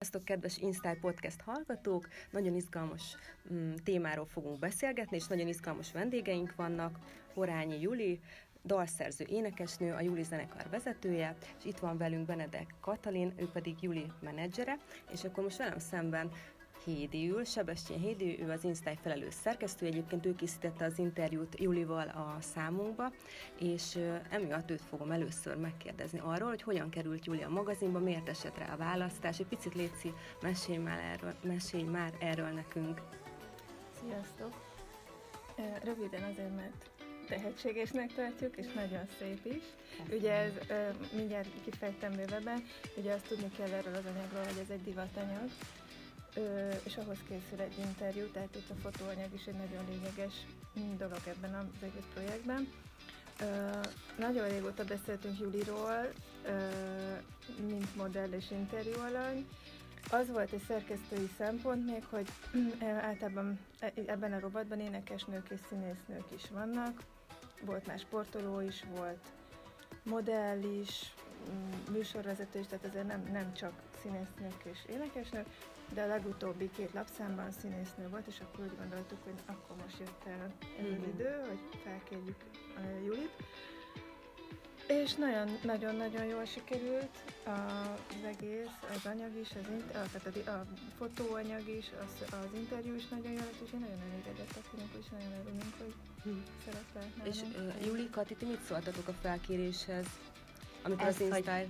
Sziasztok, kedves InStyle Podcast hallgatók! Nagyon izgalmas témáról fogunk beszélgetni, és nagyon izgalmas vendégeink vannak. Horányi Juli, dalszerző, énekesnő, a Juli zenekar vezetője, és itt van velünk Benedek Katalin, ő pedig Juli menedzsere, és akkor most velem szemben Hédi ül, Sebestyén Hédi, ő az InStyle felelős szerkesztő, egyébként ő készítette az interjút Julival a számunkba, és emiatt őt fogom először megkérdezni arról, hogy hogyan került Juli a magazinba, miért esett rá a választás. Egy picit létszi, mesélj már erről nekünk. Sziasztok! Röviden azért, mert tehetségesnek tartjuk, és nagyon szép is. Ugye ez, mindjárt kifejtem bővebben, ugye azt tudni kell erről az anyagról, hogy ez egy divatanyag, és ahhoz készül egy interjú, tehát itt a fotóanyag is egy nagyon lényeges dolog ebben az egész projektben. Nagyon régóta beszéltünk Juliról, mint modell és interjú alany. Az volt egy szerkesztői szempont még, hogy általában ebben a rovatban énekesnők és színésznők is vannak. Volt már sportoló is, volt modell is, műsorvezető is, tehát ezért nem csak színésznők és énekesnők, de a legutóbbi 2 lapszámban színésznő volt, és akkor úgy gondoltuk, hogy akkor most jött el az idő, hogy felkérjük Julit. És nagyon-nagyon jól sikerült az egész, az anyag is, tehát a fotóanyag is, az interjú is nagyon jól lett, és én nagyon elégedettek vagyunk, és nagyon örülünk, hogy szerepelt nálam. És Juli, Kati, ti mit szóltatok a felkéréshez, amikor az InStyle...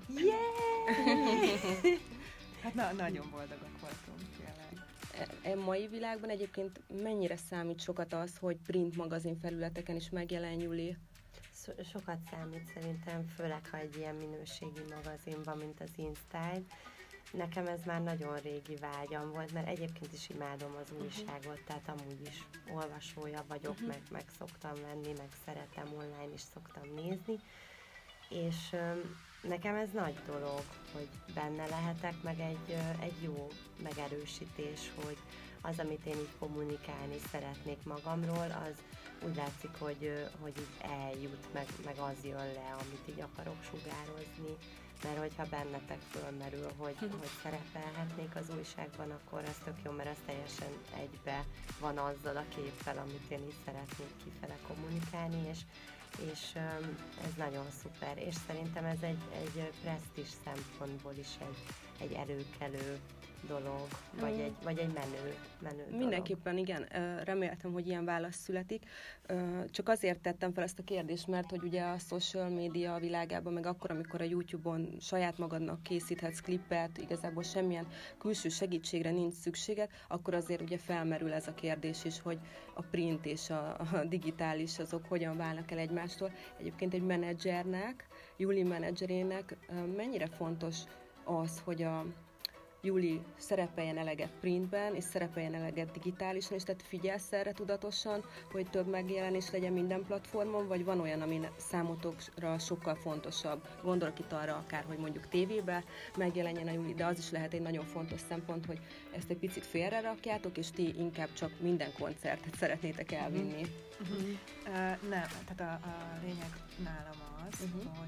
Hát nagyon boldogak voltunk, tényleg. Mai világban egyébként mennyire számít sokat az, hogy print magazin felületeken is megjelen Juli? Sokat számít szerintem, főleg ha egy ilyen minőségi magazin van, mint az InStyle. Nekem ez már nagyon régi vágyam volt, mert egyébként is imádom az újságot, tehát amúgy is olvasója vagyok, meg szoktam venni, meg szeretem, online is szoktam nézni. És nekem ez nagy dolog, hogy benne lehetek, meg egy jó megerősítés, hogy az, amit én így kommunikálni szeretnék magamról, az úgy látszik, hogy így eljut, meg az jön le, amit így akarok sugározni, mert hogyha bennetek fölmerül, hogy szerepelhetnék az újságban, akkor ez tök jó, mert az teljesen egybe van azzal a képpel, amit én így szeretnék kifele kommunikálni, és ez nagyon szuper, és szerintem ez egy presztízs szempontból is egy előkelő dolog, vagy egy menő dolog. Mindenképpen igen, reméltem, hogy ilyen válasz születik. Csak azért tettem fel ezt a kérdést, mert hogy ugye a social media világában, meg akkor, amikor a YouTube-on saját magadnak készíthetsz klippet, igazából semmilyen külső segítségre nincs szükséged, akkor azért ugye felmerül ez a kérdés is, hogy a print és a digitális azok hogyan válnak el egymástól. Egyébként egy menedzsernek, Juli menedzserének mennyire fontos az, hogy a Juli szerepeljen eleget printben, és szerepeljen eleget digitálisan, és tehát figyelsz erre tudatosan, hogy több megjelenés legyen minden platformon, vagy van olyan, ami számotokra sokkal fontosabb? Gondolok itt arra akár, hogy mondjuk tévébe megjelenjen a Juli, de az is lehet egy nagyon fontos szempont, hogy ezt egy picit félre rakjátok, és ti inkább csak minden koncertet szeretnétek elvinni. Nem, tehát a lényeg nálam az,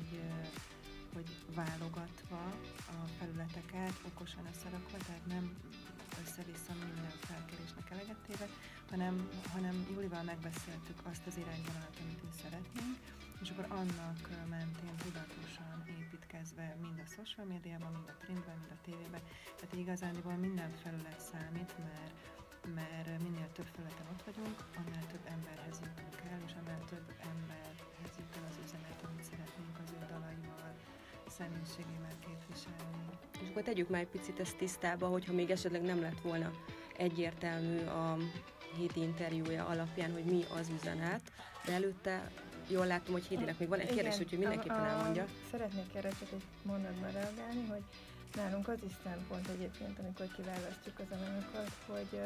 hogy válogatva a felületeket, okosan összerakva, tehát nem össze-vissza minden felkérésnek eleget téve, hanem Julival megbeszéltük azt az irányvonalat, amit mi szeretnénk, és akkor annak mentén tudatosan építkezve mind a social médiában, mind a printben, mind a tévében, tehát igazándiból minden felület számít, mert minél több felületen ott vagyunk, annál több emberhez jutnunk kell, és annál több emberhez jut el az üzenet, amit szeretnénk az ő dalaival, személyiségével képviselni. És akkor tegyük már egy picit ezt tisztába, hogyha még esetleg nem lett volna egyértelmű a Hédi interjúja alapján, hogy mi az üzenet, de előtte jól látom, hogy Hédinek még van egy kérdés, úgyhogy mindenképpen elmondja. Szeretnék erre csak egy mondatban reagálni, hogy nálunk az is szempont egyébként, amikor kiválasztjuk az alanyokat, hogy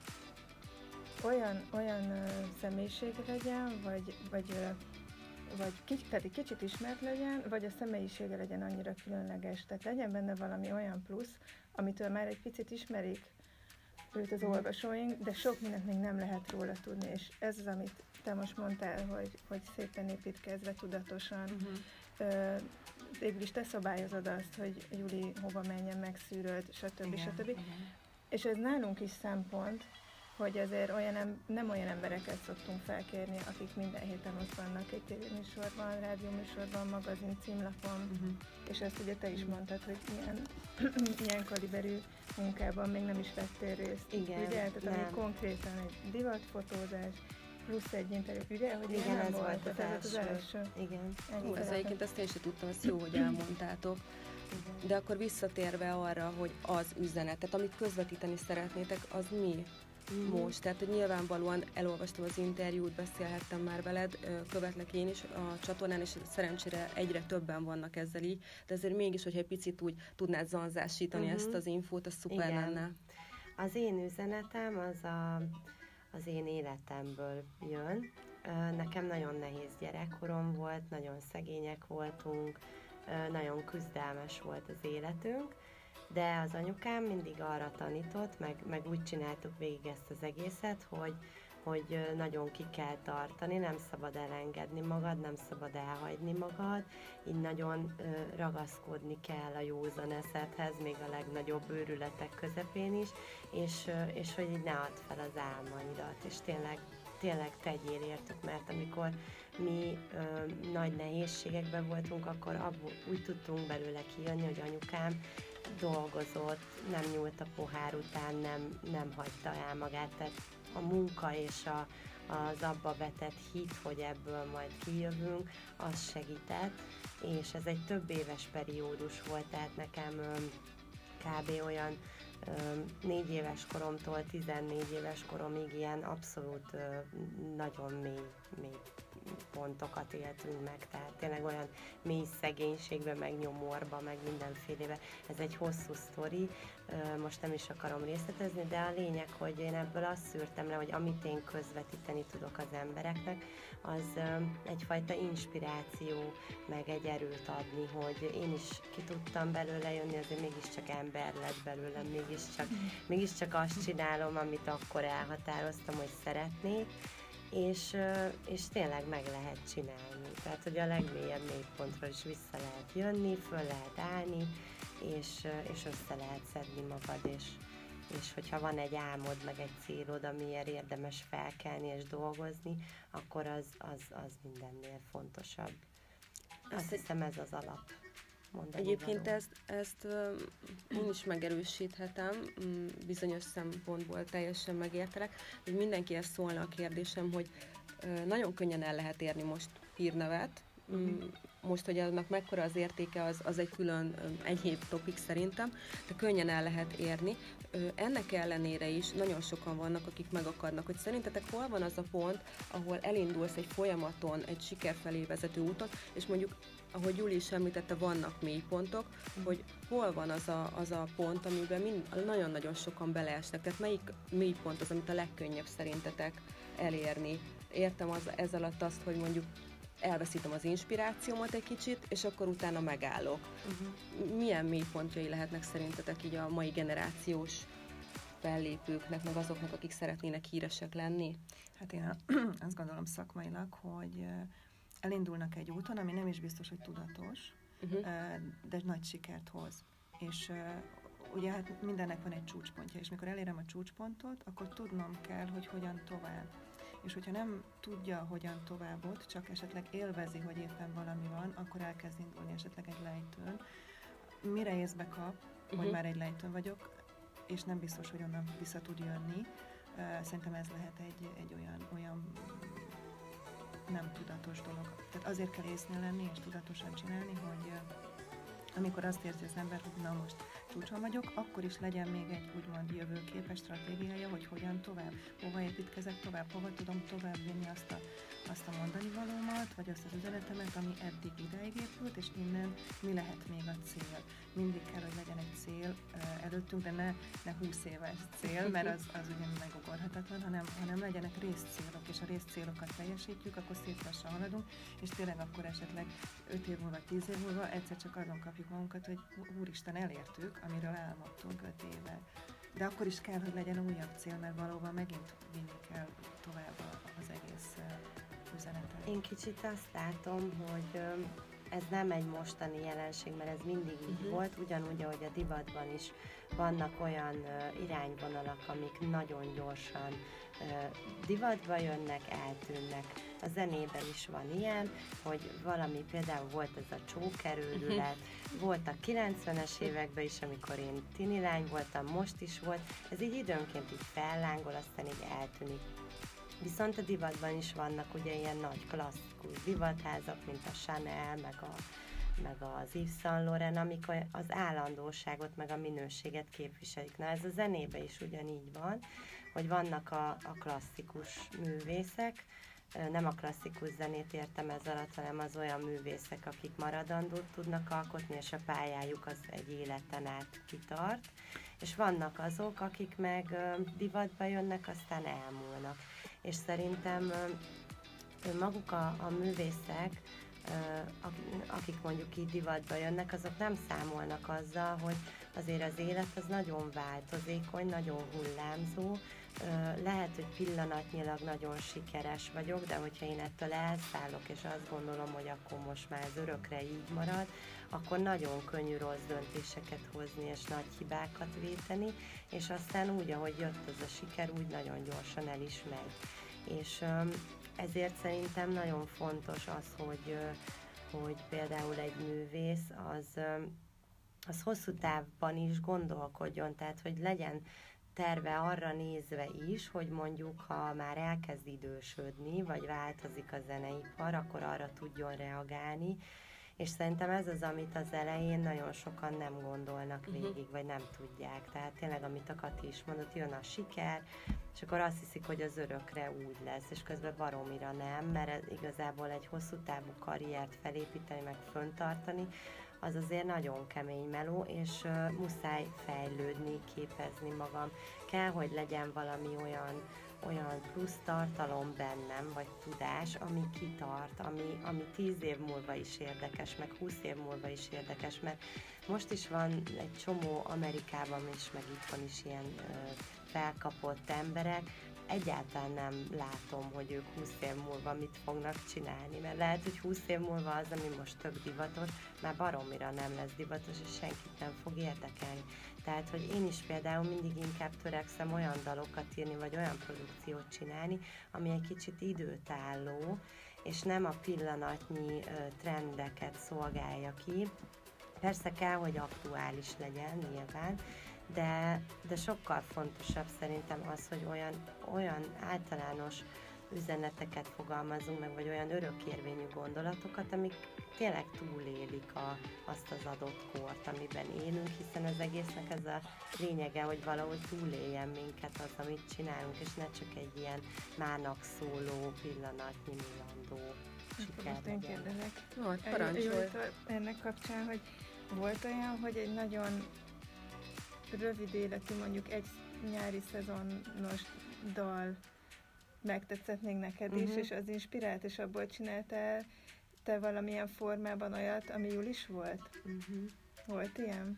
olyan személyiség legyen, vagy kicsit ismert legyen, vagy a személyisége legyen annyira különleges. Tehát legyen benne valami olyan plusz, amitől már egy picit ismerik őt az olvasóink, de sok mindent még nem lehet róla tudni, és ez az, amit te most mondtál, hogy szépen építkezve, tudatosan végül is te szabályozod azt, hogy Juli hova menjen, megszűröd, stb. Stb. Igen. És ez nálunk is szempont, hogy azért nem olyan embereket szoktunk felkérni, akik minden héten ott vannak egy tévéműsorban, rádióműsorban, magazin címlapon, és ezt ugye te is mondtad, hogy ilyen kaliberű munkában még nem is vettél részt. Igen, ugye? Tehát ami konkrétan egy divatfotózás, plusz egy interjú, ugye? Hogy igen, nem ez volt az első. Igen. Ez egyébként ezt én sem tudtam, ezt jó, hogy elmondtátok. Igen. De akkor visszatérve arra, hogy az üzenet, tehát amit közvetíteni szeretnétek, az mi most? Tehát, hogy nyilvánvalóan elolvastam az interjút, beszélhettem már veled, követlek én is a csatornán, és szerencsére egyre többen vannak ezzel így, de azért mégis, hogyha egy picit úgy tudnád zanzásítani ezt az infót, az szuper lenne. Az én üzenetem az én életemből jön. Nekem nagyon nehéz gyerekkorom volt, nagyon szegények voltunk, nagyon küzdelmes volt az életünk, de az anyukám mindig arra tanított, meg úgy csináltuk végig ezt az egészet, hogy nagyon ki kell tartani, nem szabad elengedni magad, nem szabad elhagyni magad, így nagyon ragaszkodni kell a józan eszethez, még a legnagyobb őrületek közepén is, és hogy így ne add fel az álmaidat, és tényleg tegyél értük, mert amikor mi nagy nehézségekben voltunk, akkor úgy tudtunk belőle kijönni, hogy anyukám dolgozott, nem nyúlt a pohár után, nem hagyta el magát, tehát a munka és az abba vetett hit, hogy ebből majd kijövünk, az segített, és ez egy több éves periódus volt, tehát nekem kb. Olyan 4 éves koromtól 14 éves koromig ilyen abszolút nagyon mély pontokat éltünk meg, tehát tényleg olyan mély szegénységbe, meg nyomorba, meg mindenfélébe. Ez egy hosszú sztori, most nem is akarom részletezni, de a lényeg, hogy én ebből azt szűrtem le, hogy amit én közvetíteni tudok az embereknek, az egyfajta inspiráció, meg egy erőt adni, hogy én is ki tudtam belőle jönni, azért mégiscsak ember lett belőlem, mégiscsak azt csinálom, amit akkor elhatároztam, hogy szeretnék, és tényleg meg lehet csinálni. Tehát, hogy a legmélyebb mélypontról is vissza lehet jönni, föl lehet állni, és össze lehet szedni magad, és hogyha van egy álmod, meg egy célod, amiért érdemes felkelni és dolgozni, akkor az mindennél fontosabb. Azt hiszem, ez az alap. Egyébként ezt én is megerősíthetem, bizonyos szempontból teljesen megértelek, hogy mindenkihez szólna a kérdésem, hogy nagyon könnyen el lehet érni most hírnevet, most, hogy annak mekkora az értéke, az egy külön egyéb topik szerintem, de könnyen el lehet érni. Ennek ellenére is nagyon sokan vannak, akik megakadnak, hogy szerintetek hol van az a pont, ahol elindulsz egy folyamaton, egy siker felé vezető úton, és mondjuk, ahogy Júli is említette, vannak mélypontok, hogy hol van az a pont, amiben nagyon-nagyon sokan beleesnek. Tehát melyik mélypont az, amit a legkönnyebb szerintetek elérni? Értem ez alatt azt, hogy mondjuk elveszítem az inspirációmat egy kicsit, és akkor utána megállok. Milyen mélypontjai lehetnek szerintetek így a mai generációs fellépőknek, meg azoknak, akik szeretnének híresek lenni? Hát én azt gondolom szakmailag, hogy elindulnak egy úton, ami nem is biztos, hogy tudatos, de nagy sikert hoz. És ugye hát mindennek van egy csúcspontja, és mikor elérem a csúcspontot, akkor tudnom kell, hogy hogyan tovább. És hogyha nem tudja, hogyan továbbot, csak esetleg élvezi, hogy éppen valami van, akkor elkezd indulni esetleg egy lejtőn. Mire észbe kap, hogy már egy lejtőn vagyok, és nem biztos, hogy onnan vissza tud jönni. Szerintem ez lehet egy olyan nem tudatos dolog. Tehát azért kell észnél lenni, és tudatosan csinálni, hogy amikor azt érzi az ember, hogy na most csúcson vagyok, akkor is legyen még egy úgymond jövőképes stratégiája, hogy hogyan tovább, hova építkezek tovább, hova tudom tovább vinni azt a mondani valómat, vagy azt az üzenetemet, ami eddig ideig épült, és innen mi lehet még a cél. Mindig kell, hogy legyen egy cél előttünk, de ne 20 éves cél, mert az ugye megugorhatatlan, hanem legyenek részcélok, és a részcélokat teljesítjük, akkor szép lassan haladunk, és tényleg akkor esetleg 5 év múlva, 10 év múlva egyszer csak azon kapjuk magunkat, hogy úristen, elértük, amiről álmodtunk 5 éve. De akkor is kell, hogy legyen újabb cél, mert valóban megint vinni kell tovább az egész üzenetet. Én kicsit azt látom, hogy ez nem egy mostani jelenség, mert ez mindig így volt, ugyanúgy, ahogy a divatban is vannak olyan irányvonalak, amik nagyon gyorsan divatba jönnek, eltűnnek. A zenében is van ilyen, hogy valami, például volt ez a csókerőrület, volt a 90-es években is, amikor én tini lány voltam, most is volt, ez így időnként így fellángol, aztán így eltűnik. Viszont a divatban is vannak ugye ilyen nagy klasszikus divatházak, mint a Chanel, meg az Yves Saint Laurent, amik az állandóságot, meg a minőséget képviselik. Na ez a zenében is ugyanígy van, hogy vannak a klasszikus művészek, nem a klasszikus zenét értem ez alatt, hanem az olyan művészek, akik maradandót tudnak alkotni, és a pályájuk az egy életen át kitart, és vannak azok, akik meg divatba jönnek, aztán elmúlnak. És szerintem maguk a művészek, akik mondjuk így divatba jönnek, azok nem számolnak azzal, hogy azért az élet az nagyon változékony, nagyon hullámzó, lehet, hogy pillanatnyilag nagyon sikeres vagyok, de hogyha én ettől elszállok, és azt gondolom, hogy akkor most már ez örökre így marad, akkor nagyon könnyű rossz döntéseket hozni, és nagy hibákat véteni, és aztán úgy, ahogy jött az a siker, úgy nagyon gyorsan el is megy. És ezért szerintem nagyon fontos az, hogy például egy művész az hosszú távban is gondolkodjon, tehát hogy legyen terve arra nézve is, hogy mondjuk, ha már elkezd idősödni, vagy változik a zeneipar, akkor arra tudjon reagálni, és szerintem ez az, amit az elején nagyon sokan nem gondolnak végig, vagy nem tudják. Tehát tényleg, amit a Kati is mondott, jön a siker, és akkor azt hiszik, hogy az örökre úgy lesz, és közben baromira nem, mert igazából egy hosszú távú karriert felépíteni, meg föntartani, az azért nagyon kemény meló, és muszáj fejlődni, képezni magam. Kell, hogy legyen valami olyan plusz tartalom bennem, vagy tudás, ami kitart, ami 10 év múlva is érdekes, meg 20 év múlva is érdekes, mert most is van egy csomó Amerikában is, meg itthon is ilyen felkapott emberek, egyáltalán nem látom, hogy ők 20 év múlva mit fognak csinálni, mert lehet, hogy 20 év múlva az, ami most tök divatos, már baromira nem lesz divatos, és senkit nem fog érdekelni. Tehát, hogy én is például mindig inkább törekszem olyan dalokat írni, vagy olyan produkciót csinálni, ami egy kicsit időtálló, és nem a pillanatnyi trendeket szolgálja ki. Persze kell, hogy aktuális legyen nyilván, de sokkal fontosabb szerintem az, hogy olyan általános üzeneteket fogalmazunk meg, vagy olyan örökérvényű gondolatokat, amik tényleg túlélik azt az adott kort, amiben élünk, hiszen az egésznek ez a lényege, hogy valahogy túléljen minket az, amit csinálunk, és ne csak egy ilyen mának szóló, pillanatnyi mulandó siker legyen. Parancsolj! Ennek kapcsán, hogy volt olyan, hogy egy nagyon rövid életű, mondjuk egy nyári szezonos dal megtetszett még neked is, és az inspirált, és abból csináltál te valamilyen formában olyat, ami jól is volt? Volt ilyen?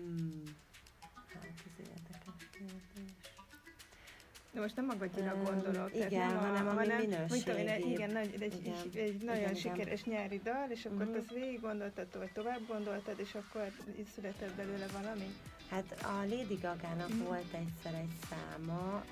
Hát ez érdekes kérdés. De most nem magadjira gondolok. Igen, hanem ami minőségébb. Igen, egy nagyon sikeres nyári dal, és akkor te azt végig gondoltad, vagy tovább gondoltad, és akkor így született belőle valami? Hát a Lady Gagának volt egyszer egy száma,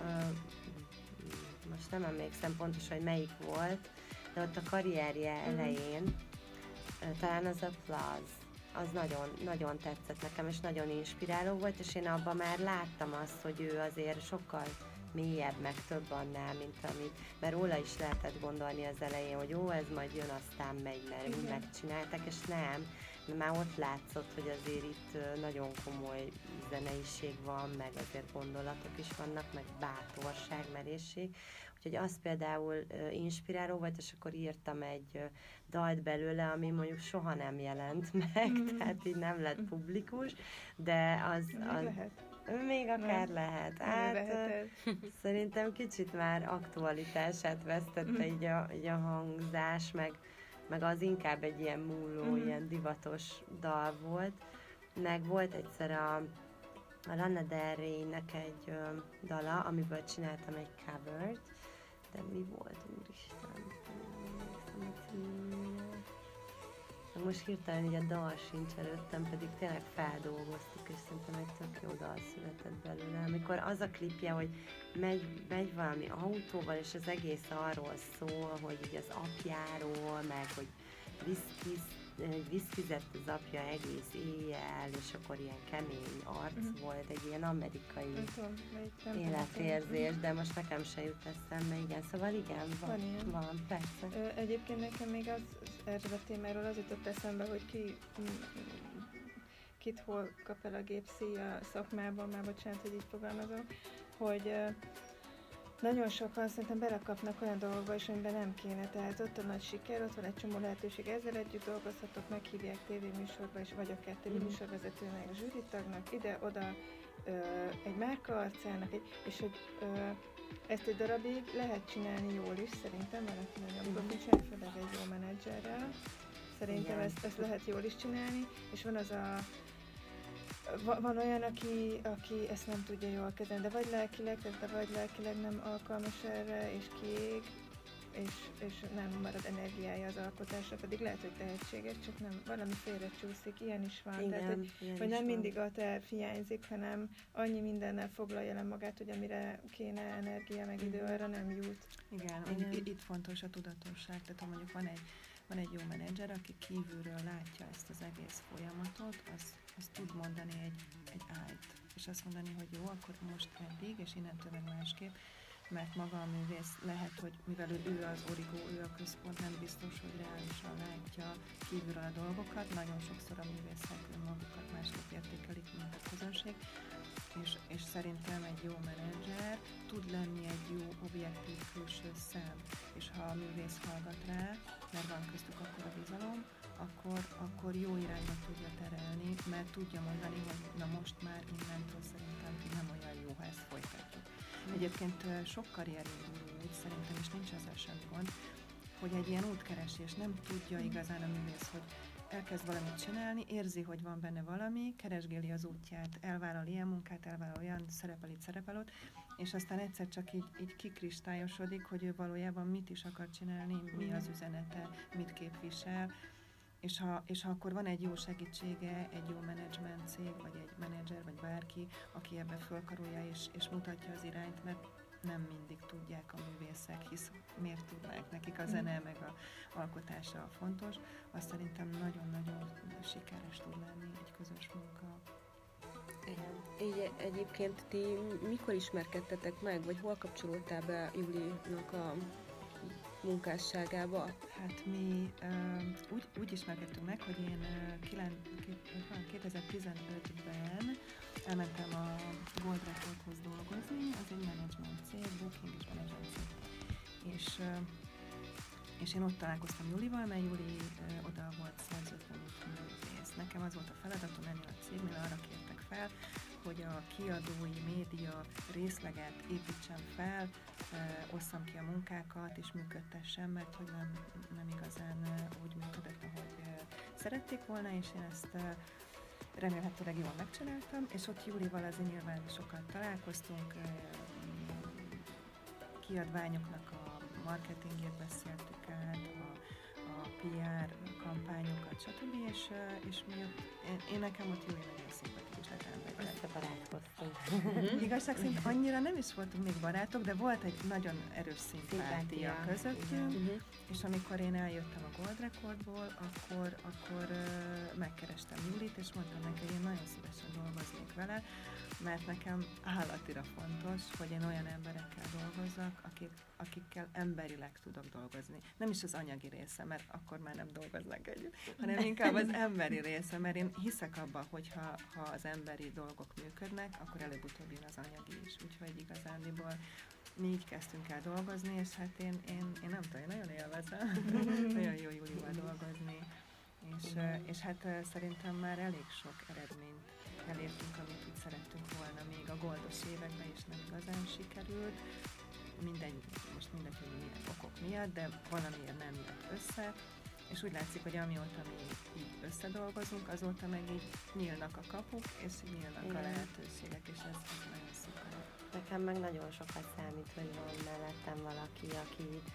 most nem emlékszem pontosan, hogy melyik volt, de ott a karrierje elején, talán az Applause, az nagyon, nagyon tetszett nekem, és nagyon inspiráló volt, és én abban már láttam azt, hogy ő azért sokkal mélyebb, meg több annál, mint amit, mert róla is lehetett gondolni az elején, hogy jó, ez majd jön, aztán megy, mert úgy megcsináltak, és nem, mert már ott látszott, hogy azért itt nagyon komoly zeneiség van, meg azért gondolatok is vannak, meg bátorság, merészség, úgyhogy az például inspiráló volt, és akkor írtam egy dalt belőle, ami mondjuk soha nem jelent meg, tehát így nem lett publikus, de az lehet. Még akár lehet. Hát szerintem kicsit már aktualitását vesztette így a hangzás, meg az inkább egy ilyen múló, ilyen divatos dal volt. Meg volt egyszer a Lana Del Rey-nek egy dala, amiből csináltam egy covert, de mi volt, úristen? Most hirtelen így a dal sincs előttem, pedig tényleg feldolgoztuk, és szerintem egy tök jó dal született belőle. Amikor az a klipje, hogy megy valami autóval, és az egész arról szól, hogy így az apjáról, meg hogy viszkizett az apja egész éjjel, és akkor ilyen kemény arc volt, egy ilyen amerikai életérzés, de most nekem se jut eszembe, igen, szóval igen, van persze. Egyébként nekem még erről a témáról az jutott eszembe, hogy kit hol kap el a gépszíj a szakmában, már bocsánat, hogy így fogalmazom, hogy nagyon sokan szerintem belekapnak olyan dolgokba is, amiben nem kéne. Tehát ott a nagy siker, ott van egy csomó lehetőség, ezzel együtt dolgozhatok, meghívják tévéműsorba, vagy akár tévéműsorvezetőnek, zsűritagnak, ide-oda egy márka arcának, és hogy ezt egy darabig lehet csinálni jól is, szerintem valaki nagyon profi csinálni, főleg egy jó menedzserrel. Szerintem ezt lehet jól is csinálni, és van olyan, aki ezt nem tudja jól kezelni, de vagy lelkileg nem alkalmas erre, és kiég, és nem marad energiája az alkotásra, pedig lehet, hogy tehetséges, csak nem, valami félrecsúszik, ilyen is van. Igen, tehát, hogy nem van. mindig a terv hiányzik, hanem annyi mindennel foglalja le magát, hogy amire kéne energia, meg idő, arra nem jut. Igen. Itt fontos a tudatosság, tehát ha mondjuk van egy jó menedzser, aki kívülről látja ezt az egész folyamatot, az tud mondani egy állt, és azt mondani, hogy jó, akkor most eddig, és innentől meg másképp, mert maga a művész lehet, hogy mivel ő az origó, ő a központ, nem biztos, hogy reálisan látja kívülről a dolgokat, nagyon sokszor a művészek önmagukat másképp értékelik, mint a közönség, és szerintem egy jó menedzser tud lenni egy jó objektív külső szem, és ha a művész hallgat rá, mert van köztük akkor a bizalom, akkor jó irányba tudja terelni, mert tudja mondani, hogy na most már innentől szerintem nem olyan jó, ha ezt folytatjuk. Egyébként sok karrier indul úgy, szerintem, és nincs ezzel semmi gond, hogy egy ilyen útkeresés, nem tudja igazán a művész, hogy elkezd valamit csinálni, érzi, hogy van benne valami, keresgéli az útját, elvállal ilyen munkát, elvállal olyan, szerepel ott, és aztán egyszer csak így kikristályosodik, hogy ő valójában mit is akar csinálni, mi az üzenete, mit képvisel, és ha akkor van egy jó segítsége, egy jó menedzsment cég, vagy egy menedzser, vagy bárki, aki ebbe fölkarolja és mutatja az irányt, mert nem mindig tudják a művészek, hisz miért tudnák, nekik a zene meg a alkotása fontos, azt szerintem nagyon-nagyon sikeres tud lenni egy közös munka. Igen. Így egyébként ti mikor ismerkedtetek meg, vagy hol kapcsolódtál be Julinak a munkásságába? Hát mi úgy ismerkedtünk meg, hogy én 2015-ben elmentem a Gold Recordhoz dolgozni, az egy management cég, booking és management cég. És én ott találkoztam Julival, mert Juli oda volt szerződve, mint művész. Nekem az volt a feladatom ennél a cégnél, arra kértek fel, hogy a kiadói média részleget építsem fel, osszam ki a munkákat, és működtessem, mert hogy nem igazán úgy működött, ahogy szerették volna, és én ezt remélhetőleg jól megcsináltam, és ott Júlival azért nyilván sokat találkoztunk, kiadványoknak a marketingét beszéltük át, a PR kampányokat, stb. És mi ott, én nekem ott Júli nagyon szimpatikus lett ember. Összebarátkoztunk. Igazság szerint annyira nem is voltunk még barátok, de volt egy nagyon erős szimpátia közöttünk, és amikor én eljöttem a Gold Recordból, akkor megkerestem Julit, és mondtam neki, hogy én nagyon szívesen dolgoznék vele, mert nekem állatira fontos, hogy én olyan emberekkel dolgozzak, akikkel emberileg tudok dolgozni. Nem is az anyagi része, mert akkor már nem dolgoznak együtt, hanem inkább az emberi része, mert én hiszek abban, hogy ha az emberi dolgok működnek, akkor előbb-utóbb jön az anyagi is. Úgyhogy igazándiból mi így kezdtünk el dolgozni, és hát én nem tudom, én nagyon élvezem, nagyon jó Júlival dolgozni, és hát szerintem már elég sok eredményt elértünk, amit úgy szerettünk volna, még a goldos években is nem igazán sikerült. Most mindegy, hogy milyen okok miatt, de valamiért nem jött össze, és úgy látszik, hogy amióta mi így összedolgozunk, azóta meg így nyílnak a kapuk, és nyílnak a lehetőségek, és ez nagyon szuper. Nekem meg nagyon sokat számít, hogy van mellettem valaki,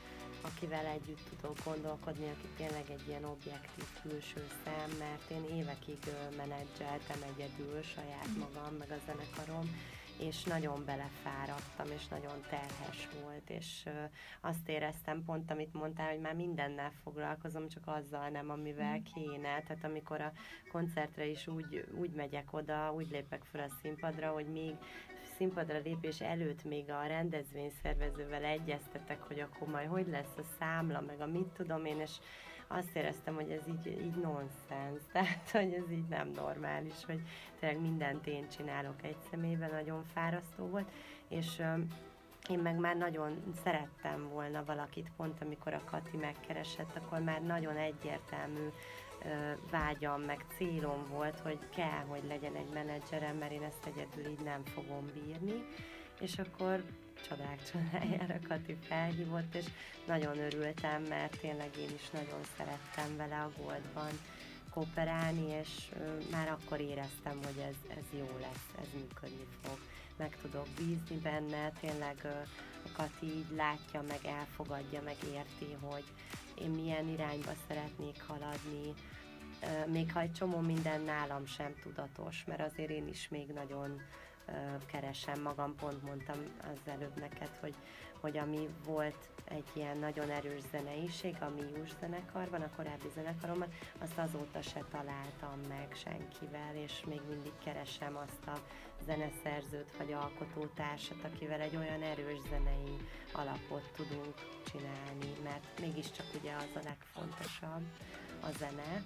akivel együtt tudok gondolkodni, aki tényleg egy ilyen objektív külső szem, mert én évekig menedzseltem egyedül saját magam, meg a zenekarom, és nagyon belefáradtam, és nagyon terhes volt, és azt éreztem pont, amit mondtál, hogy már mindennel foglalkozom, csak azzal nem, amivel kéne. Tehát amikor a koncertre is úgy megyek oda, úgy lépek fel a színpadra, hogy még színpadra lépés előtt még a rendezvényszervezővel egyeztetek, hogy akkor majd hogy lesz a számla, meg a mit tudom én, és azt éreztem, hogy ez így nonsens, tehát hogy ez így nem normális, hogy tényleg mindent én csinálok egy személyben, nagyon fárasztó volt, és én meg már nagyon szerettem volna valakit, pont amikor a Kati megkeresett, akkor már nagyon egyértelmű vágyam, meg célom volt, hogy kell, hogy legyen egy menedzserem, mert én ezt egyedül így nem fogom bírni, és akkor csodák csodájára Kati felhívott, és nagyon örültem, mert tényleg én is nagyon szerettem vele a Goldban kooperálni, és már akkor éreztem, hogy ez jó lesz, ez működni fog. Meg tudok bízni benne, tényleg a Kati így látja, meg elfogadja, meg érti, hogy én milyen irányba szeretnék haladni, még ha egy csomó minden nálam sem tudatos, mert azért én is még nagyon keresem magam, pont mondtam az előbb neked, hogy ami volt egy ilyen nagyon erős zeneiség, a Mius zenekarban, a korábbi zenekaromban, azt azóta se találtam meg senkivel, és még mindig keresem azt a zeneszerzőt vagy alkotótársat, akivel egy olyan erős zenei alapot tudunk csinálni, mert mégiscsak ugye az a legfontosabb, a zene,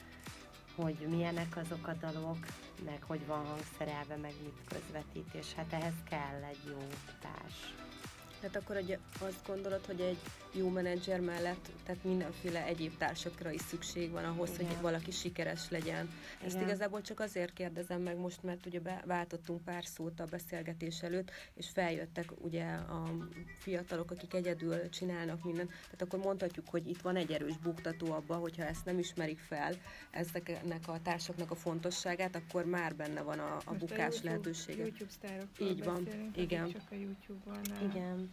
hogy milyenek azok a dalok, meg hogy van hangszerelve, meg mit közvetít, és hát ehhez kell egy jó társ. Tehát akkor azt gondolod, hogy egy jó menedzser mellett, tehát mindenféle egyéb társakra is szükség van ahhoz, igen, hogy valaki sikeres legyen. Igen. Ezt igazából csak azért kérdezem meg most, mert ugye váltottunk pár szót a beszélgetés előtt, és feljöttek ugye a fiatalok, akik egyedül csinálnak mindent. Tehát akkor mondhatjuk, hogy itt van egy erős buktató abban, hogyha ezt nem ismerik fel, ezeknek a társaknak a fontosságát, akkor már benne van a bukás lehetősége. YouTube sztárokról így van, beszélünk, igen. Csak a YouTube-on. Igen.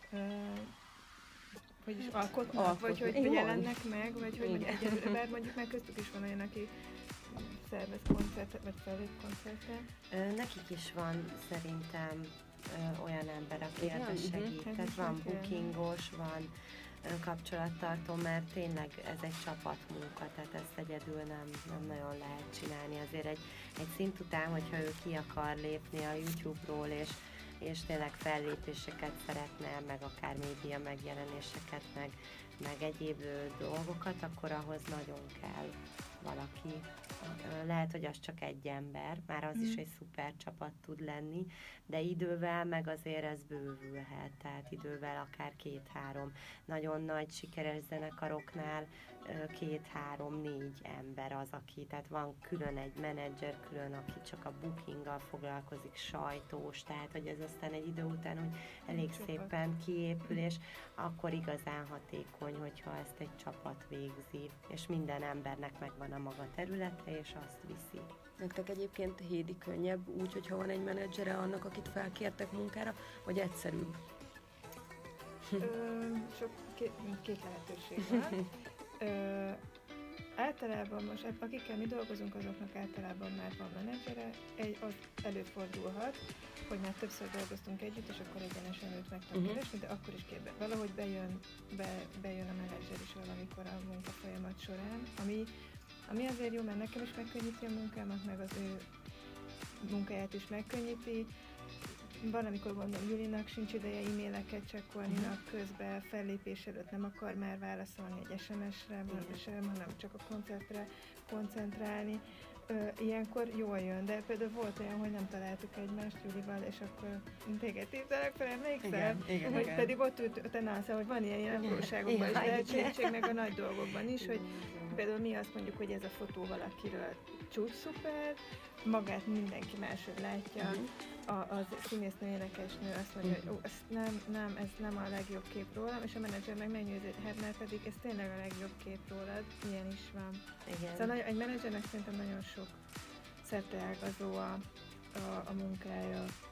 Vagyis alkotnak, vagy hogy jelennek meg, vagy hogy egyedül, bár mondjuk meg köztük is van olyan, aki szervez koncertet, vagy fellép koncertet. Nekik is van szerintem olyan ember, aki ebben segít. Tehát van bookingos, van kapcsolattartó, mert tényleg ez egy csapatmunka, tehát ezt egyedül nem nagyon lehet csinálni. Azért egy szint után, hogyha ő ki akar lépni a YouTube-ról, és tényleg fellépéseket szeretne, meg akár média megjelenéseket, meg egyéb dolgokat, akkor ahhoz nagyon kell valaki. Lehet, hogy az csak egy ember, már az is egy szuper csapat tud lenni, de idővel meg azért ez bővülhet, tehát idővel akár 2-3 nagyon nagy sikeres zenekaroknál 2-3-4 ember az, aki, tehát van külön egy menedzser, külön, aki csak a bookinggal foglalkozik, sajtós, tehát hogy ez aztán egy idő után, hogy elég szépen kiépül, és akkor igazán hatékony, hogyha ezt egy csapat végzi, és minden embernek megvan a maga területe, és azt viszi. Nektek egyébként, Hédi, könnyebb úgy, hogyha van egy menedzsere annak, akit felkértek munkára, vagy egyszerűbb? Két lehetőség van. Általában most, akikkel mi dolgozunk, azoknak általában már van menedzsere. Az előfordulhat, hogy már többször dolgoztunk együtt, és akkor egyenesen őt meg tudom keresni, de akkor is valahogy bejön a menedzser is valamikor a munkafolyamat során, ami azért jó, mert nekem is megkönnyíti a munkámat, meg az ő munkáját is megkönnyíti. Van, amikor gondolom, Julinak sincs ideje e-maileket csekkolni közben, fellépés előtt nem akar már válaszolni egy SMS-re, hanem csak a koncertre koncentrálni. Ilyenkor jól jön, de például volt olyan, hogy nem találtuk egymást Julival, és akkor téged hívtalak fel, emlékszel? Igen. Pedig ott te nálszál, hogy van ilyen apróságokban is lehetőség, meg a nagy dolgokban is, hogy például mi azt mondjuk, hogy ez a fotó valakiről csúcs szuper, magát mindenki máshogy látja, a színésznő, énekesnő azt mondja, hogy ez nem a legjobb kép rólam, és a menedzser meg megnyőzi, hogy hát mert pedig ez tényleg a legjobb kép rólad, ilyen is van. Igen. Szóval egy menedzsernek szerintem nagyon sok szerteágazó a munkája,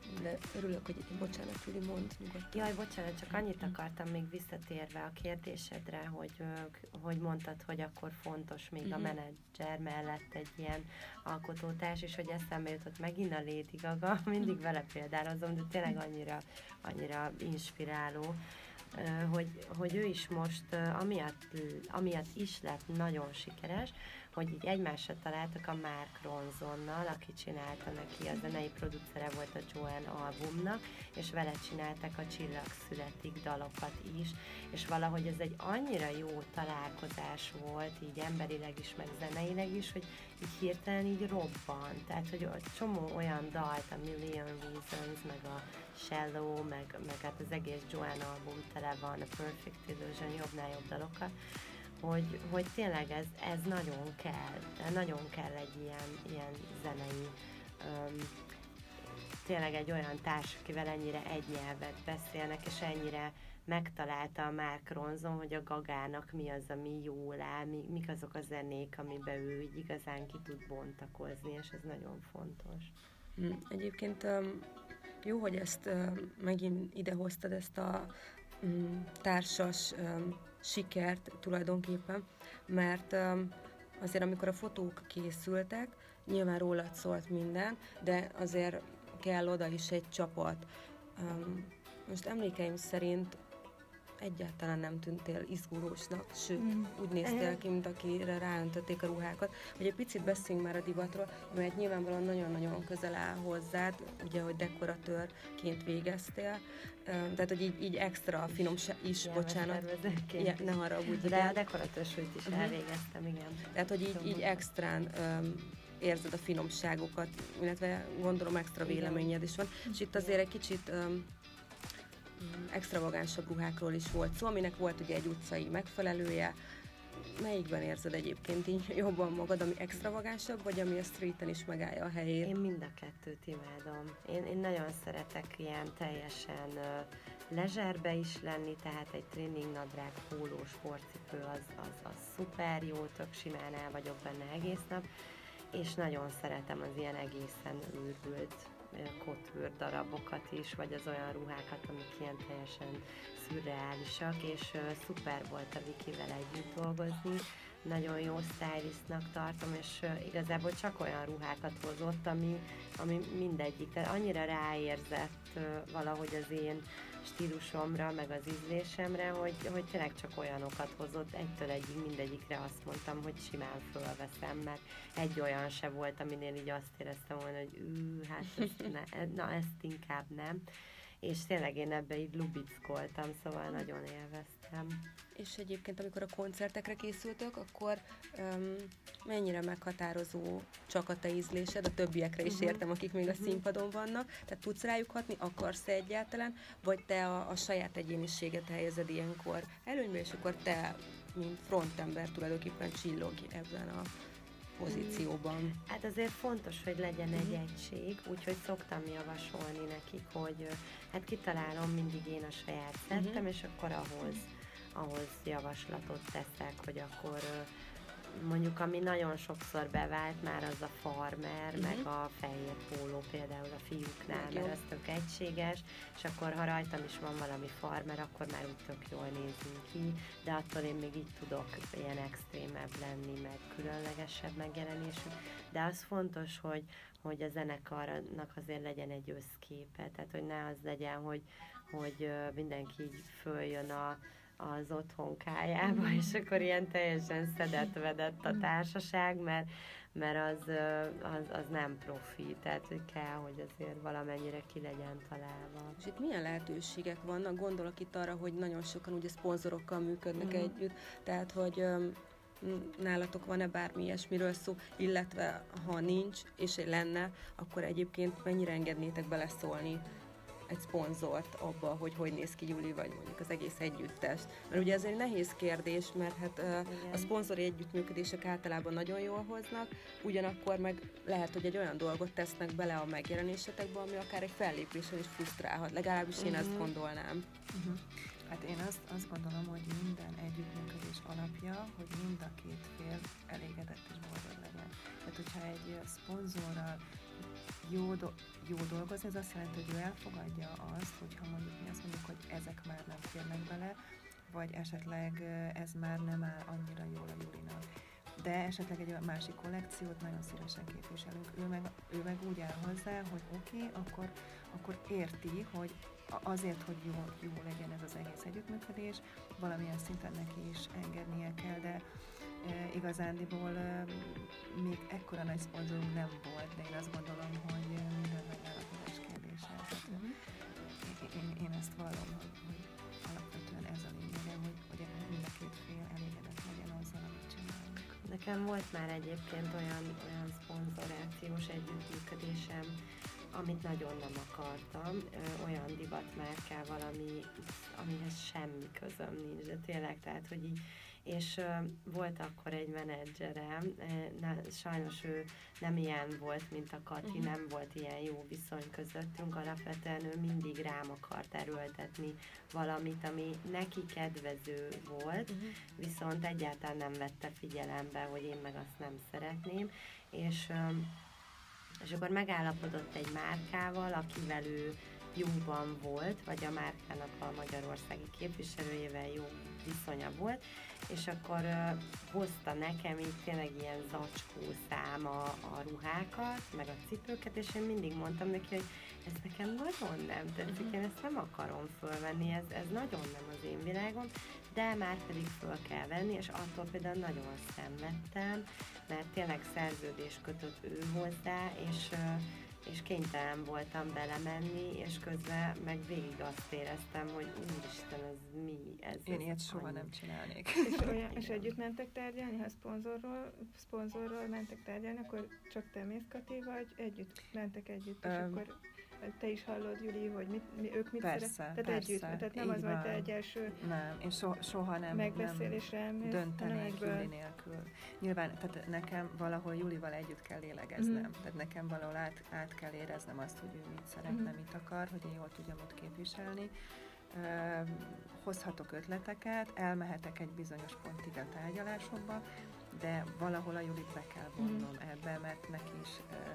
De örülök, hogy bocsánat, Júli, mondd nyugodtan. Jaj, bocsánat, csak annyit akartam még visszatérve a kérdésedre, hogy mondtad, hogy akkor fontos még a menedzser mellett egy ilyen alkotótárs, és hogy eszembe jutott megint a Lady Gaga, mindig vele példálozom, de tényleg annyira inspiráló, hogy ő is most amiatt is lett nagyon sikeres, hogy így egymásra találtak a Mark Ronsonnal, aki csinálta neki, a zenei producere volt a Joanne albumnak, és vele csináltak a Csillag születik dalokat is, és valahogy ez egy annyira jó találkozás volt, így emberileg is, meg zeneileg is, hogy így hirtelen így robbant. Tehát, hogy csomó olyan dalt, a Million Reasons, meg a Shallow, meg hát az egész Joanne album tele van, a Perfect Illusion, jobbnál jobb dalokat, hogy tényleg ez nagyon kell egy ilyen zenei, tényleg egy olyan társ, akivel ennyire egy nyelvet beszélnek, és ennyire megtalálta a Mark Ronson, hogy a Gagának mi az, ami jól áll, mik azok a zenék, amiben ő így igazán ki tud bontakozni, és ez nagyon fontos. Egyébként jó, hogy ezt megint idehoztad, ezt a társas sikert tulajdonképpen, mert azért amikor a fotók készültek, nyilván rólad szólt minden, de azért kell oda is egy csapat. Most emlékeim szerint egyáltalán nem tűntél izgulósnak, sőt, úgy néztél ki, mint akire ráöntötték a ruhákat. Hogy egy picit beszéljünk már a divatról, mert nyilvánvalóan nagyon-nagyon közel áll hozzád, ugye, hogy dekoratőrként végeztél, tehát, hogy így extra finomság is, bocsánat, ne haragudj. De a dekoratőrsúlyt is elvégeztem, igen. Tehát, hogy így extrán érzed a finomságokat, illetve gondolom extra véleményed is van, és itt azért egy kicsit extravagánsabb ruhákról is volt szó, aminek volt ugye egy utcai megfelelője. Melyikben érzed egyébként így jobban magad, ami extravagánsabb, vagy ami a streeten is megállja a helyét? Én mind a kettőt imádom. Én nagyon szeretek ilyen teljesen lezserbe is lenni, tehát egy tréningnadrág, póló, sportcipő az szuper jó, tök simán el vagyok benne egész nap, és nagyon szeretem az ilyen egészen őrült couture darabokat is, vagy az olyan ruhákat, amik ilyen teljesen szürreálisak, és szuper volt a Vikivel együtt dolgozni. Nagyon jó stylistnak tartom, és igazából csak olyan ruhákat hozott, ami mindegyik, tehát annyira ráérzett valahogy az én stílusomra, meg az ízlésemre, hogy tényleg csak olyanokat hozott, egytől egyig mindegyikre azt mondtam, hogy simán fölveszem, mert egy olyan se volt, aminél így azt éreztem volna, hogy hát ezt inkább nem. És tényleg én ebbe így lubickoltam, szóval nagyon élveztem. És egyébként, amikor a koncertekre készültök, akkor mennyire meghatározó csak a te ízlésed, a többiekre is értem, akik még a színpadon vannak, tehát tudsz rájuk hatni, akarsz-e egyáltalán, vagy te a saját egyéniséget helyezed ilyenkor előnybe, és akkor te, mint frontember tulajdonképpen csillogj ebben a pozícióban. Hát azért fontos, hogy legyen egy egység, úgyhogy szoktam javasolni nekik, hogy hát kitalálom mindig én a saját szettem, és akkor ahhoz javaslatot teszek, hogy akkor mondjuk, ami nagyon sokszor bevált már, az a farmer, meg a fehér póló például a fiúknál, mert az tök egységes, és akkor ha rajtam is van valami farmer, akkor már úgy tök jól nézünk ki, de attól én még így tudok ilyen extrémebb lenni, meg különlegesebb megjelenésű, de az fontos, hogy a zenekarnak azért legyen egy összképe, tehát hogy ne az legyen, hogy mindenki így följön az otthonkájába, és akkor ilyen teljesen szedett-vedett a társaság, mert az nem profi, tehát hogy kell, hogy azért valamennyire ki legyen találva. És itt milyen lehetőségek vannak? Gondolok itt arra, hogy nagyon sokan ugye szponzorokkal működnek együtt, tehát hogy nálatok van-e bármi ilyesmiről szó, illetve ha nincs, és lenne, akkor egyébként mennyire engednétek beleszólni egy szponzort abba, hogy néz ki Juli, vagy mondjuk az egész együttest. Mert ugye ez egy nehéz kérdés, mert hát a szponzori együttműködések általában nagyon jól hoznak, ugyanakkor meg lehet, hogy egy olyan dolgot tesznek bele a megjelenésetekbe, ami akár egy fellépésen is frusztrálhat. Legalábbis én ezt gondolnám. Hát én azt gondolom, hogy minden együttműködés alapja, hogy mind a két fél elégedett és boldog legyen. Tehát, hogyha egy szponzorral jó dolgozni, ez azt jelenti, hogy ő elfogadja azt, hogyha mondjuk mi azt mondjuk, hogy ezek már nem férnek bele, vagy esetleg ez már nem áll annyira jól a Julinak. De esetleg egy másik kollekciót nagyon szívesen képviselünk. Ő meg úgy áll hozzá, hogy oké, akkor érti, hogy azért, hogy jó legyen ez az egész együttműködés, valamilyen szinten neki is engednie kell, de igazándiból még ekkora nagy szponzorunk nem volt, de én azt gondolom, hogy minden megállapodás kérdése. Én ezt vallom, hogy alapvetően ez a lényege, hogy mind a két fél elégedett legyen azzal, amit csinálunk. Nekem volt már egyébként olyan szponzorációs együttműködésem, amit nagyon nem akartam, olyan divatmárkával, amihez semmi közöm nincs, de tényleg, tehát, hogy így, és volt akkor egy menedzserem, sajnos ő nem ilyen volt, mint a Kati, nem volt ilyen jó viszony közöttünk, alapvetően ő mindig rám akart erőltetni valamit, ami neki kedvező volt, viszont egyáltalán nem vette figyelembe, hogy én meg azt nem szeretném, és akkor megállapodott egy márkával, akivel ő jóban volt, vagy a márkának a magyarországi képviselőjével jó viszonya volt, és akkor hozta nekem így tényleg ilyen zacskó száma a ruhákat, meg a cipőket, és én mindig mondtam neki, hogy ez nekem nagyon nem tetszik, én ezt nem akarom fölvenni, ez nagyon nem az én világom, de már pedig föl kell venni, és attól például nagyon szenvedtem, mert tényleg szerződés kötött ő hozzá, és kénytelen voltam belemenni, és közben meg végig azt éreztem, hogy úristen, ez mi? Én ilyet soha nem csinálnék. És együtt mentek tárgyalni, ha szponzorról mentek tárgyalni, akkor csak te mész, Kati, vagy mentek együtt, és akkor te is hallod, Juli, hogy ők mit szeretnek? Tehát együtt, tehát nem az vagy te egy első nem, én soha nem megbeszélésre döntenék Juli nélkül. Nyilván, tehát nekem valahol Julival együtt kell lélegeznem, tehát nekem valahol át kell éreznem azt, hogy ő mit szeretne, mit akar, hogy én jól tudjam ott képviselni. Hozhatok ötleteket, elmehetek egy bizonyos pontig a tárgyalásokba, de valahol a Julit be kell vonnom ebbe, mert neki is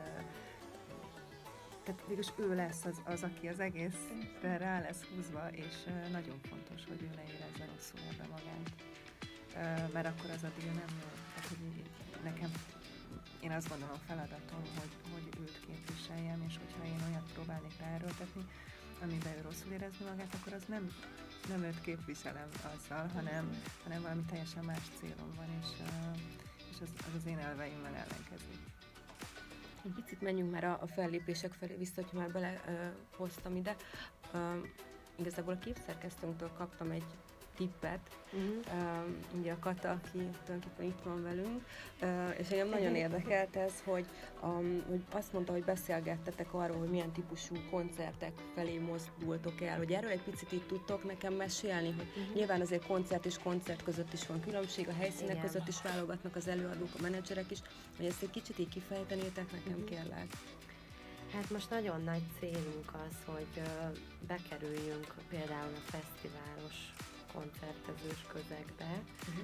tehát végülis ő lesz az, aki az egészre rá lesz húzva, és nagyon fontos, hogy ő ne érezze rosszul ebbe magát. Mert akkor az a díj nem jó. Tehát, hogy nekem, én azt gondolom feladatom, hogy őt képviseljem, és hogyha én olyat próbálnék ráerőltetni, amiben ő rosszul érezni magát, akkor az nem őt képviselem azzal, hanem valami teljesen más célom van, és az én elveimmel ellenkezik. Egy picit menjünk már a fellépések felé vissza, hogy már belehoztam ide. Igazából a képszerkesztőnktől kaptam egy tippet, ugye a Kata, aki tulajdonképpen itt van velünk, és engem nagyon érdekelt ez, hogy azt mondta, hogy beszélgettetek arról, hogy milyen típusú koncertek felé mozdultok el, hogy erről egy picit itt tudtok nekem mesélni, hogy nyilván azért koncert és koncert között is van különbség, a helyszínek között is válogatnak az előadók, a menedzserek is, hogy ezt egy kicsit így kifejtenétek nekem, kérlek. Hát most nagyon nagy célunk az, hogy bekerüljünk például a fesztiválos koncertezős közegbe,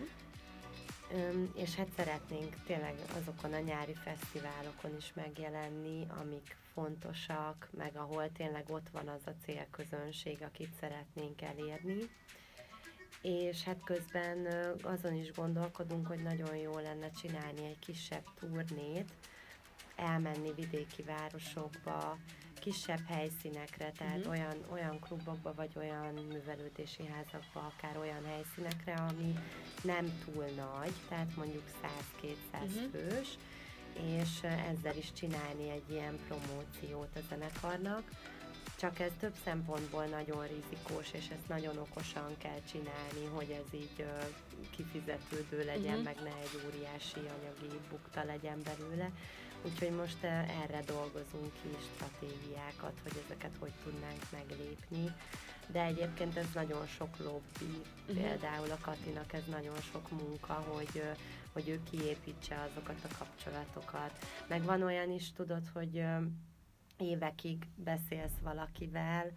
és hát szeretnénk tényleg azokon a nyári fesztiválokon is megjelenni, amik fontosak, meg ahol tényleg ott van az a célközönség, akit szeretnénk elérni. És hát közben azon is gondolkodunk, hogy nagyon jó lenne csinálni egy kisebb turnét, elmenni vidéki városokba, kisebb helyszínekre, tehát olyan klubokba, vagy olyan művelődési házakba, akár olyan helyszínekre, ami nem túl nagy, tehát mondjuk 100-200 fős, és ezzel is csinálni egy ilyen promóciót a zenekarnak. Csak ez több szempontból nagyon rizikós, és ezt nagyon okosan kell csinálni, hogy ez így kifizetődő legyen, meg ne egy óriási anyagi bukta legyen belőle. Úgyhogy most erre dolgozunk ki stratégiákat, hogy ezeket hogy tudnánk meglépni. De egyébként ez nagyon sok lobby, például a Katinak ez nagyon sok munka, hogy ő kiépítse azokat a kapcsolatokat. Meg van olyan is, tudod, hogy évekig beszélsz valakivel,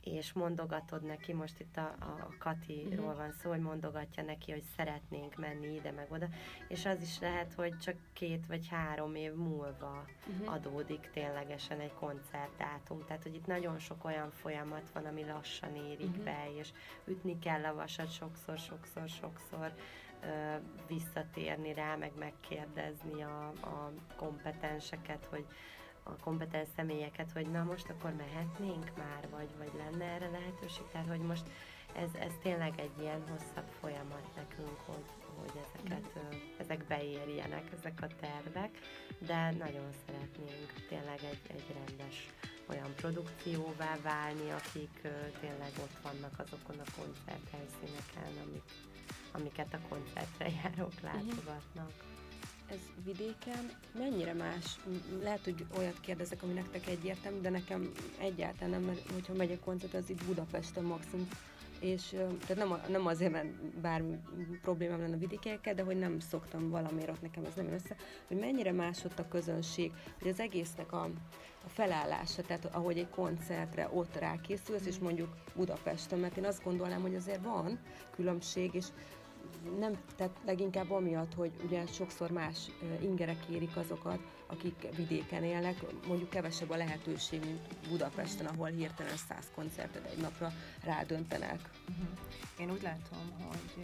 és mondogatod neki, most itt a Katiról van szó, hogy mondogatja neki, hogy szeretnénk menni ide meg oda, és az is lehet, hogy csak 2 vagy 3 év múlva adódik ténylegesen egy koncertdátum. Tehát, hogy itt nagyon sok olyan folyamat van, ami lassan érik be, és ütni kell a vasat sokszor, visszatérni rá, meg megkérdezni a kompetenseket, hogy a kompetens személyeket, hogy na most akkor mehetnénk már, vagy lenne erre lehetőség. Tehát, hogy most ez tényleg egy ilyen hosszabb folyamat nekünk, hogy ezek beérjenek, ezek a tervek, de nagyon szeretnénk tényleg egy rendes olyan produkcióvá válni, akik tényleg ott vannak azokon a koncerthelyszíneken, amiket a koncertre járók látogatnak. Ez vidéken mennyire más? Lehet, hogy olyat kérdezek, ami nektek egyértelmű, de nekem egyáltalán nem, mert hogyha megyek koncert, az itt Budapesten maximum, és tehát nem azért, mert bármi problémám lenne a vidékekkel, de hogy nem szoktam valamiért, ott nekem ez nem jön össze, hogy mennyire más ott a közönség, hogy az egésznek a felállása, tehát ahogy egy koncertre ott rákészülsz, és mondjuk Budapesten, mert én azt gondolnám, hogy azért van különbség, és nem, tehát leginkább amiatt, hogy ugye sokszor más ingerek érik azokat, akik vidéken élnek, mondjuk kevesebb a lehetőség, mint Budapesten, ahol hirtelen 100 koncertet egy napra rádöntenek. Én úgy látom,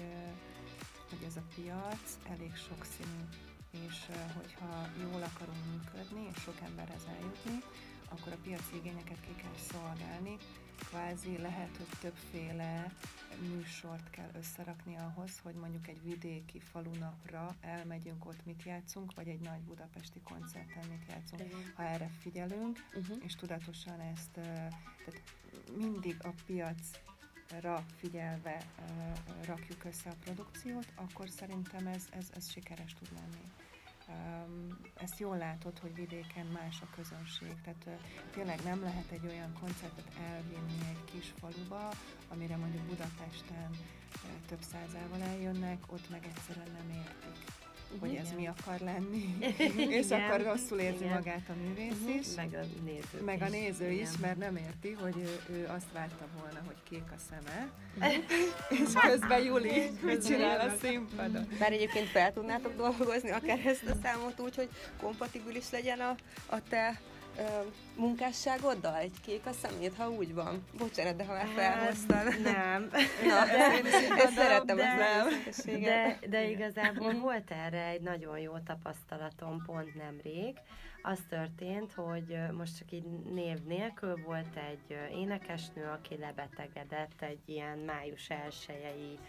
hogy ez a piac elég sokszínű, és hogyha jól akarunk működni, és sok emberhez eljutni, akkor a piaci igényeket ki kell szolgálni. Kvázi lehet, hogy többféle műsort kell összerakni ahhoz, hogy mondjuk egy vidéki falunapra elmegyünk, ott mit játszunk, vagy egy nagy budapesti koncerten mit játszunk. Ha erre figyelünk, és tudatosan ezt, tehát mindig a piacra figyelve rakjuk össze a produkciót, akkor szerintem ez sikeres tud lenni. Ezt jól látod, hogy vidéken más a közönség, tehát tényleg nem lehet egy olyan koncertet elvinni egy kis faluba, amire mondjuk Budapesten több százával eljönnek, ott meg egyszerűen nem értik, hogy ez mi akar lenni, és akkor rosszul érzi magát a művész is, meg a néző is, mert nem érti, hogy ő azt várta volna, hogy kék a szeme, és közben Juli mit csinál a színpadon. Bár egyébként fel tudnátok dolgozni akár ezt a számot úgy, hogy kompatibilis legyen a te munkásságoddal, egy kék a szemét, ha úgy van. Bocsánat, de ha már felhoztad. Nem. Na, ezt szeretem, ezt nem. De igazából volt erre egy nagyon jó tapasztalatom pont nemrég. Az történt, hogy most csak így név nélkül volt egy énekesnő, aki lebetegedett egy ilyen május 1-i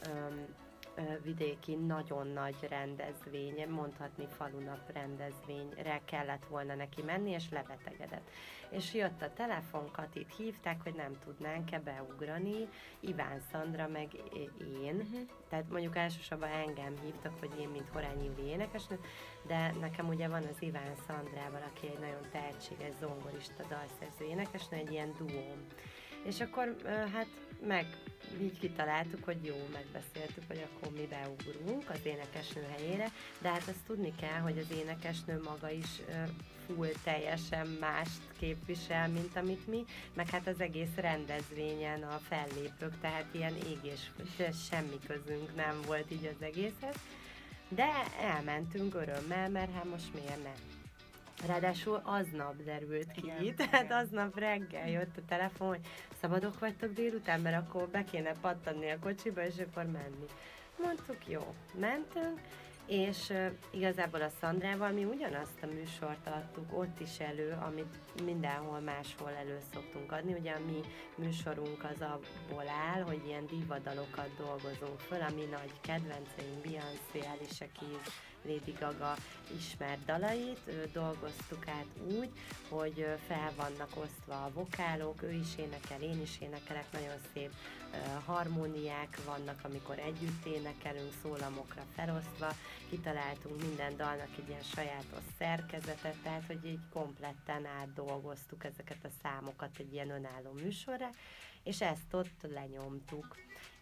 vidéki nagyon nagy rendezvény, mondhatni falunap rendezvényre kellett volna neki menni, és lebetegedett. És jött a telefon, Katit hívták, hogy nem tudnánk-e beugrani, Iván Szandra meg én, tehát mondjuk elsősorban engem hívtak, hogy én, mint Horányi Júli énekesnő, de nekem ugye van az Iván Szandrával, aki egy nagyon tehetséges zongorista, dalszerző énekesnő, egy ilyen duóm. És akkor hát így kitaláltuk, hogy jó, megbeszéltük, hogy akkor mi beugrunk az énekesnő helyére, de hát azt tudni kell, hogy az énekesnő maga is full teljesen mást képvisel, mint amit mi, meg hát az egész rendezvényen a fellépők, tehát ilyen égés, semmi közünk nem volt így az egészhez, de elmentünk örömmel, mert hát most miért ne? Ráadásul aznap derült ki, igen, tehát igen. Aznap reggel jött a telefon, hogy szabadok vagytok délután, mert akkor be kéne pattanni a kocsiba, és akkor menni. Mondtuk, jó, mentünk, és igazából a Szandrával mi ugyanazt a műsort adtuk ott is elő, amit mindenhol máshol elő szoktunk adni. Ugye a mi műsorunk az abból áll, hogy ilyen divadalokat dolgozunk föl, a mi nagy kedvenceink, Beyoncé, Alicia Keys, Lady Gaga ismert dalait dolgoztuk át úgy, hogy fel vannak osztva a vokálok, ő is énekel, én is énekelek, nagyon szép harmóniák vannak, amikor együtt énekelünk, szólamokra felosztva, kitaláltunk minden dalnak egy ilyen sajátos szerkezetet, tehát hogy így kompletten átdolgoztuk ezeket a számokat egy ilyen önálló műsorra, és ezt ott lenyomtuk.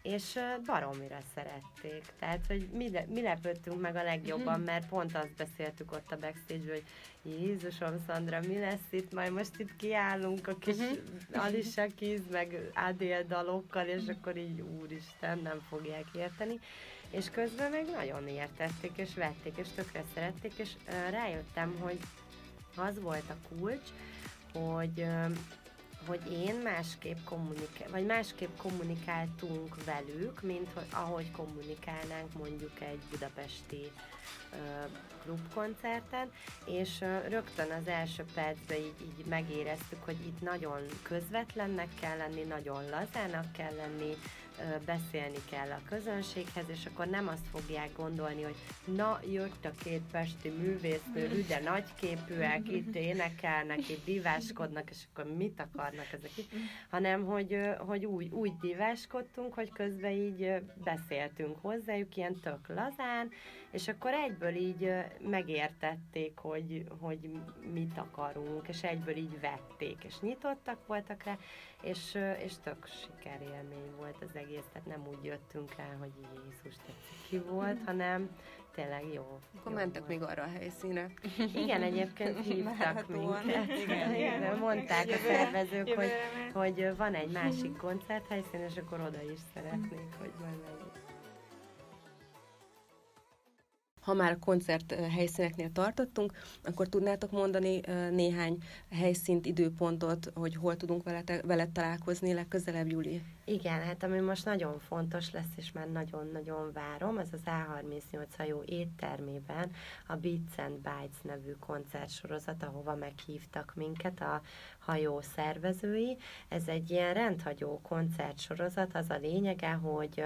és baromira szerették. Tehát, hogy mi lepődtünk meg a legjobban, mert pont azt beszéltük ott a backstage-ből, hogy Jézusom, Szandra, mi lesz itt? Majd most itt kiállunk a kis Alicia Keys, meg Adele dalokkal, és akkor így úristen, nem fogják érteni. És közben meg nagyon értették, és vették, és tökre szerették, és rájöttem, hogy az volt a kulcs, hogy én másképp kommunikáltunk velük, mint ahogy kommunikálnánk mondjuk egy budapesti klubkoncerten, és rögtön az első percben így megéreztük, hogy itt nagyon közvetlennek kell lenni, nagyon lazának kell lenni, beszélni kell a közönséghez, és akkor nem azt fogják gondolni, hogy na, jött a két pesti művésznő, de nagyképűek, itt énekelnek, itt diváskodnak, és akkor mit akarnak ezek itt, hanem hogy úgy diváskodtunk, hogy közben így beszéltünk hozzájuk, ilyen tök lazán, és akkor egyből így megértették, hogy mit akarunk, és egyből így vették, és nyitottak voltak rá, és tök sikerélmény volt az egész, tehát nem úgy jöttünk el, hogy Jézus tetszik ki volt, hanem tényleg jó. Akkor mentek még arra a helyszínre. Igen, egyébként hívtak minket. Igen, mondták a szervezők, hogy van egy másik koncerthelyszín, és akkor oda is szeretnék, hogy majd menjünk. Ha már a koncert helyszíneknél tartottunk, akkor tudnátok mondani néhány helyszínt, időpontot, hogy hol tudunk veled találkozni legközelebb, Juli? Igen, hát ami most nagyon fontos lesz, és már nagyon-nagyon várom, az az A38 hajó éttermében a Beats and Bites nevű koncertsorozat, ahova meghívtak minket a hajó szervezői. Ez egy ilyen rendhagyó koncertsorozat, az a lényege, hogy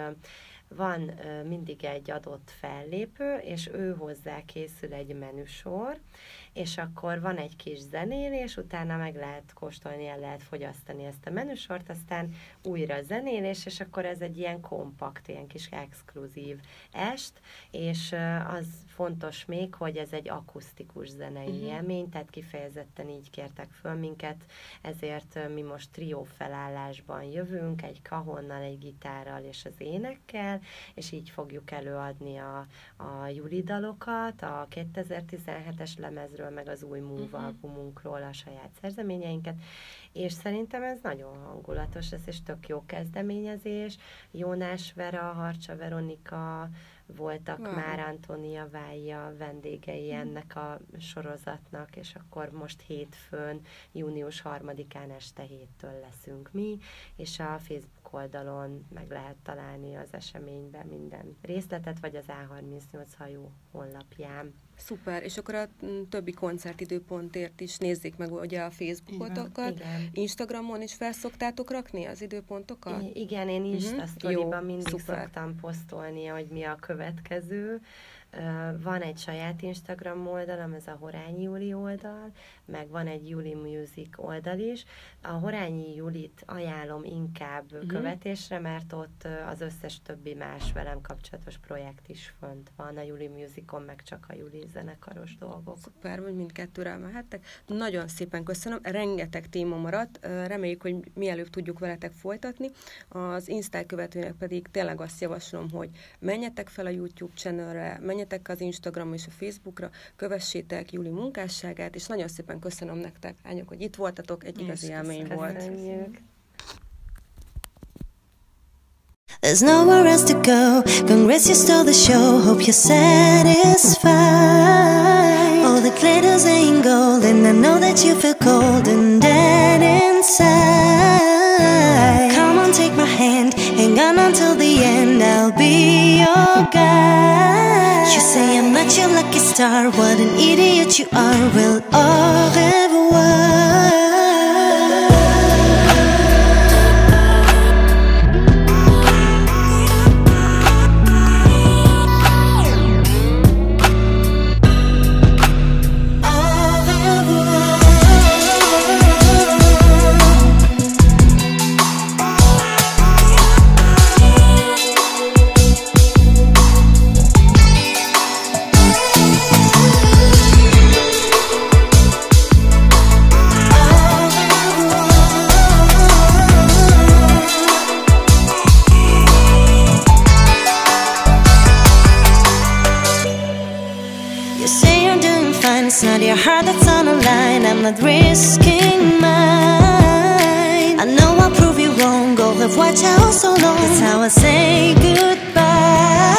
van mindig egy adott fellépő, és ő hozzá készül egy menüsor, és akkor van egy kis zenélés, utána meg lehet kóstolni, el lehet fogyasztani ezt a menüsort, aztán újra zenélés, és akkor ez egy ilyen kompakt, ilyen kis exkluzív est, és az fontos még, hogy ez egy akusztikus zenei élmény, tehát kifejezetten így kértek föl minket, ezért mi most trió felállásban jövünk, egy kahonnal, egy gitárral és az énekkel, és így fogjuk előadni a Juli dalokat, a 2017-es lemezről, meg az új Move albumunkról a saját szerzeményeinket, és szerintem ez nagyon hangulatos lesz, és tök jó kezdeményezés. Jónás Vera, Harcsa Veronika voltak már, Antónia Vája vendégei ennek a sorozatnak, és akkor most hétfőn, június 3-án este 7-től leszünk mi, és a Facebook oldalon meg lehet találni az eseményben minden részletet, vagy az A38 hajó honlapján. Szuper, és akkor a többi koncertidőpontért is nézzék meg ugye a Facebookotokat. Instagramon is felszoktátok rakni az időpontokat? Igen, én Insta-sztoriban mindig szoktam posztolni, hogy mi a következő. Van egy saját Instagram oldalam, ez a Horányi Juli oldal, meg van egy Juli Music oldal is. A Horányi Julit ajánlom inkább követésre, mert ott az összes többi más velem kapcsolatos projekt is fönt van. A Juli Musicon meg csak a Juli zenekaros dolgok. Szuper, hogy mindkettőre elmehettek. Nagyon szépen köszönöm. Rengeteg téma maradt. Reméljük, hogy mielőbb tudjuk veletek folytatni. Az Insta követőnek pedig tényleg azt javaslom, hogy menjetek fel a YouTube channelre, menjetek az Instagramra és a Facebookra, kövessétek Juli munkásságát, és nagyon szépen köszönöm nektek, lányok, hogy itt voltatok, egy igazi élmény volt. There's nowhere else to go. Congrats, you stole the show. Hope you're satisfied. All the glitters ain't gold, and I know that you feel cold and dead inside. Come on, take my hand, hang on until the end. I'll be your guide. You say I'm not your lucky star. What an idiot you are. Well, au revoir. not risking mine. I know I'll prove you wrong, go live watch out so long. That's how I say goodbye.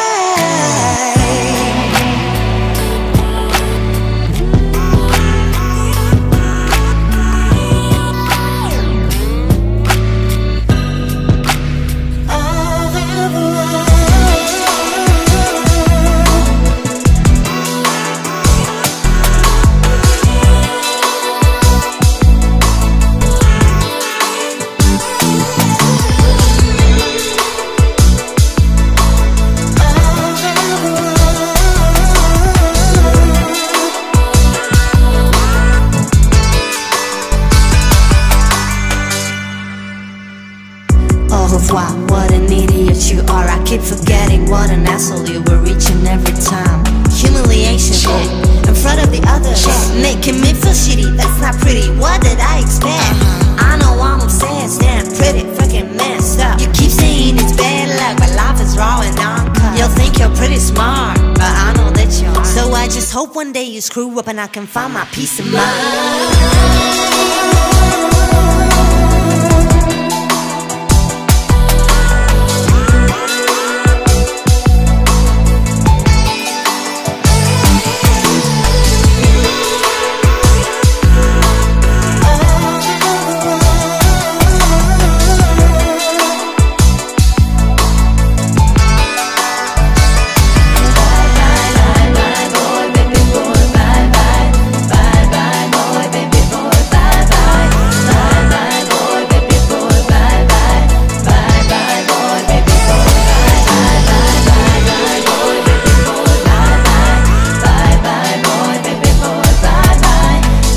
What an idiot you are. I keep forgetting what an asshole you were reaching every time. Humiliation shit in front of the others, making me feel shitty. That's not pretty. What did I expect? I know I'm obsessed and pretty freaking messed up. You keep saying it's bad luck, but life is raw and uncut. You'll think you're pretty smart, but I know that you aren't. So I just hope one day you screw up and I can find my peace of mind.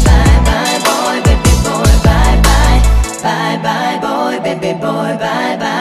Bye bye boy, baby boy, bye bye.